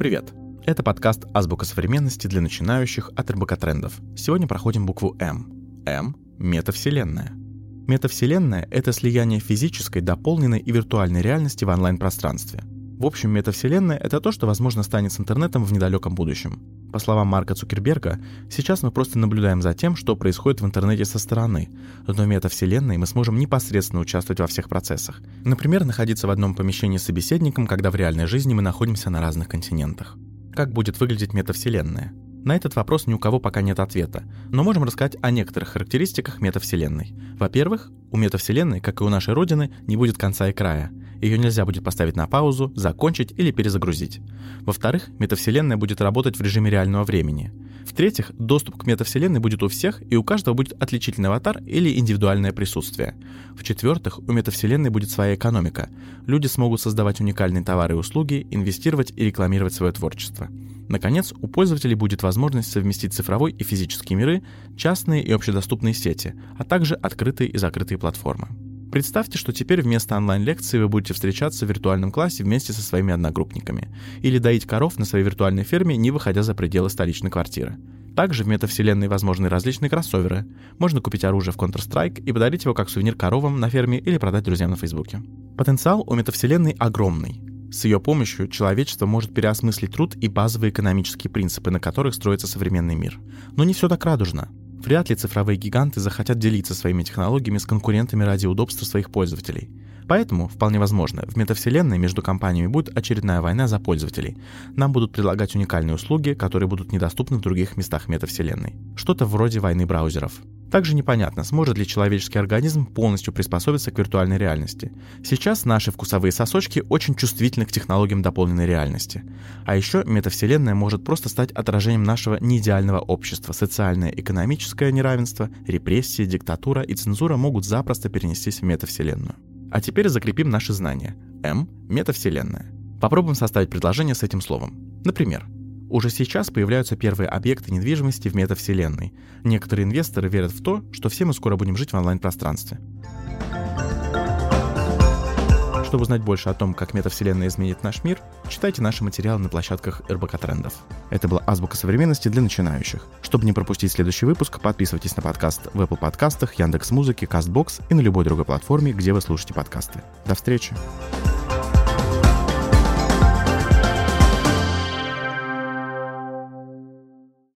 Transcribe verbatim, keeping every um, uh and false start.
Привет! Это подкаст «Азбука современности» для начинающих от эр бэ ка трендов. Сегодня проходим букву М. М – метавселенная. Метавселенная – это слияние физической, дополненной и виртуальной реальности в онлайн-пространстве. В общем, метавселенная – это то, что, возможно, станет с интернетом в недалеком будущем. По словам Марка Цукерберга, сейчас мы просто наблюдаем за тем, что происходит в интернете со стороны, но в метавселенной мы сможем непосредственно участвовать во всех процессах. Например, находиться в одном помещении с собеседником, когда в реальной жизни мы находимся на разных континентах. Как будет выглядеть метавселенная? На этот вопрос ни у кого пока нет ответа, но можем рассказать о некоторых характеристиках метавселенной. Во-первых, у метавселенной, как и у нашей Родины, не будет конца и края. Ее нельзя будет поставить на паузу, закончить или перезагрузить. Во-вторых, метавселенная будет работать в режиме реального времени. В-третьих, доступ к метавселенной будет у всех, и у каждого будет отличительный аватар или индивидуальное присутствие. В-четвертых, у метавселенной будет своя экономика. Люди смогут создавать уникальные товары и услуги, инвестировать и рекламировать свое творчество. Наконец, у пользователей будет возможность совместить цифровой и физические миры, частные и общедоступные сети, а также открытые и закрытые платформы. Представьте, что теперь вместо онлайн-лекции вы будете встречаться в виртуальном классе вместе со своими одногруппниками или доить коров на своей виртуальной ферме, не выходя за пределы столичной квартиры. Также в метавселенной возможны различные кроссоверы. Можно купить оружие в Counter-Strike и подарить его как сувенир коровам на ферме или продать друзьям на Фейсбуке. Потенциал у метавселенной огромный. С ее помощью человечество может переосмыслить труд и базовые экономические принципы, на которых строится современный мир. Но не все так радужно. Вряд ли цифровые гиганты захотят делиться своими технологиями с конкурентами ради удобства своих пользователей. Поэтому, вполне возможно, в метавселенной между компаниями будет очередная война за пользователей. Нам будут предлагать уникальные услуги, которые будут недоступны в других местах метавселенной. Что-то вроде войны браузеров. Также непонятно, сможет ли человеческий организм полностью приспособиться к виртуальной реальности. Сейчас наши вкусовые сосочки очень чувствительны к технологиям дополненной реальности. А еще метавселенная может просто стать отражением нашего неидеального общества. Социальное и экономическое неравенство, репрессии, диктатура и цензура могут запросто перенестись в метавселенную. А теперь закрепим наши знания. М – метавселенная. Попробуем составить предложение с этим словом. Например, уже сейчас появляются первые объекты недвижимости в метавселенной. Некоторые инвесторы верят в то, что все мы скоро будем жить в онлайн-пространстве. Чтобы узнать больше о том, как метавселенная изменит наш мир, читайте наши материалы на площадках эр бэ ка трендов. Это была «Азбука современности» для начинающих. Чтобы не пропустить следующий выпуск, подписывайтесь на подкаст в Apple подкастах, Яндекс.Музыке, Castbox и на любой другой платформе, где вы слушаете подкасты. До встречи!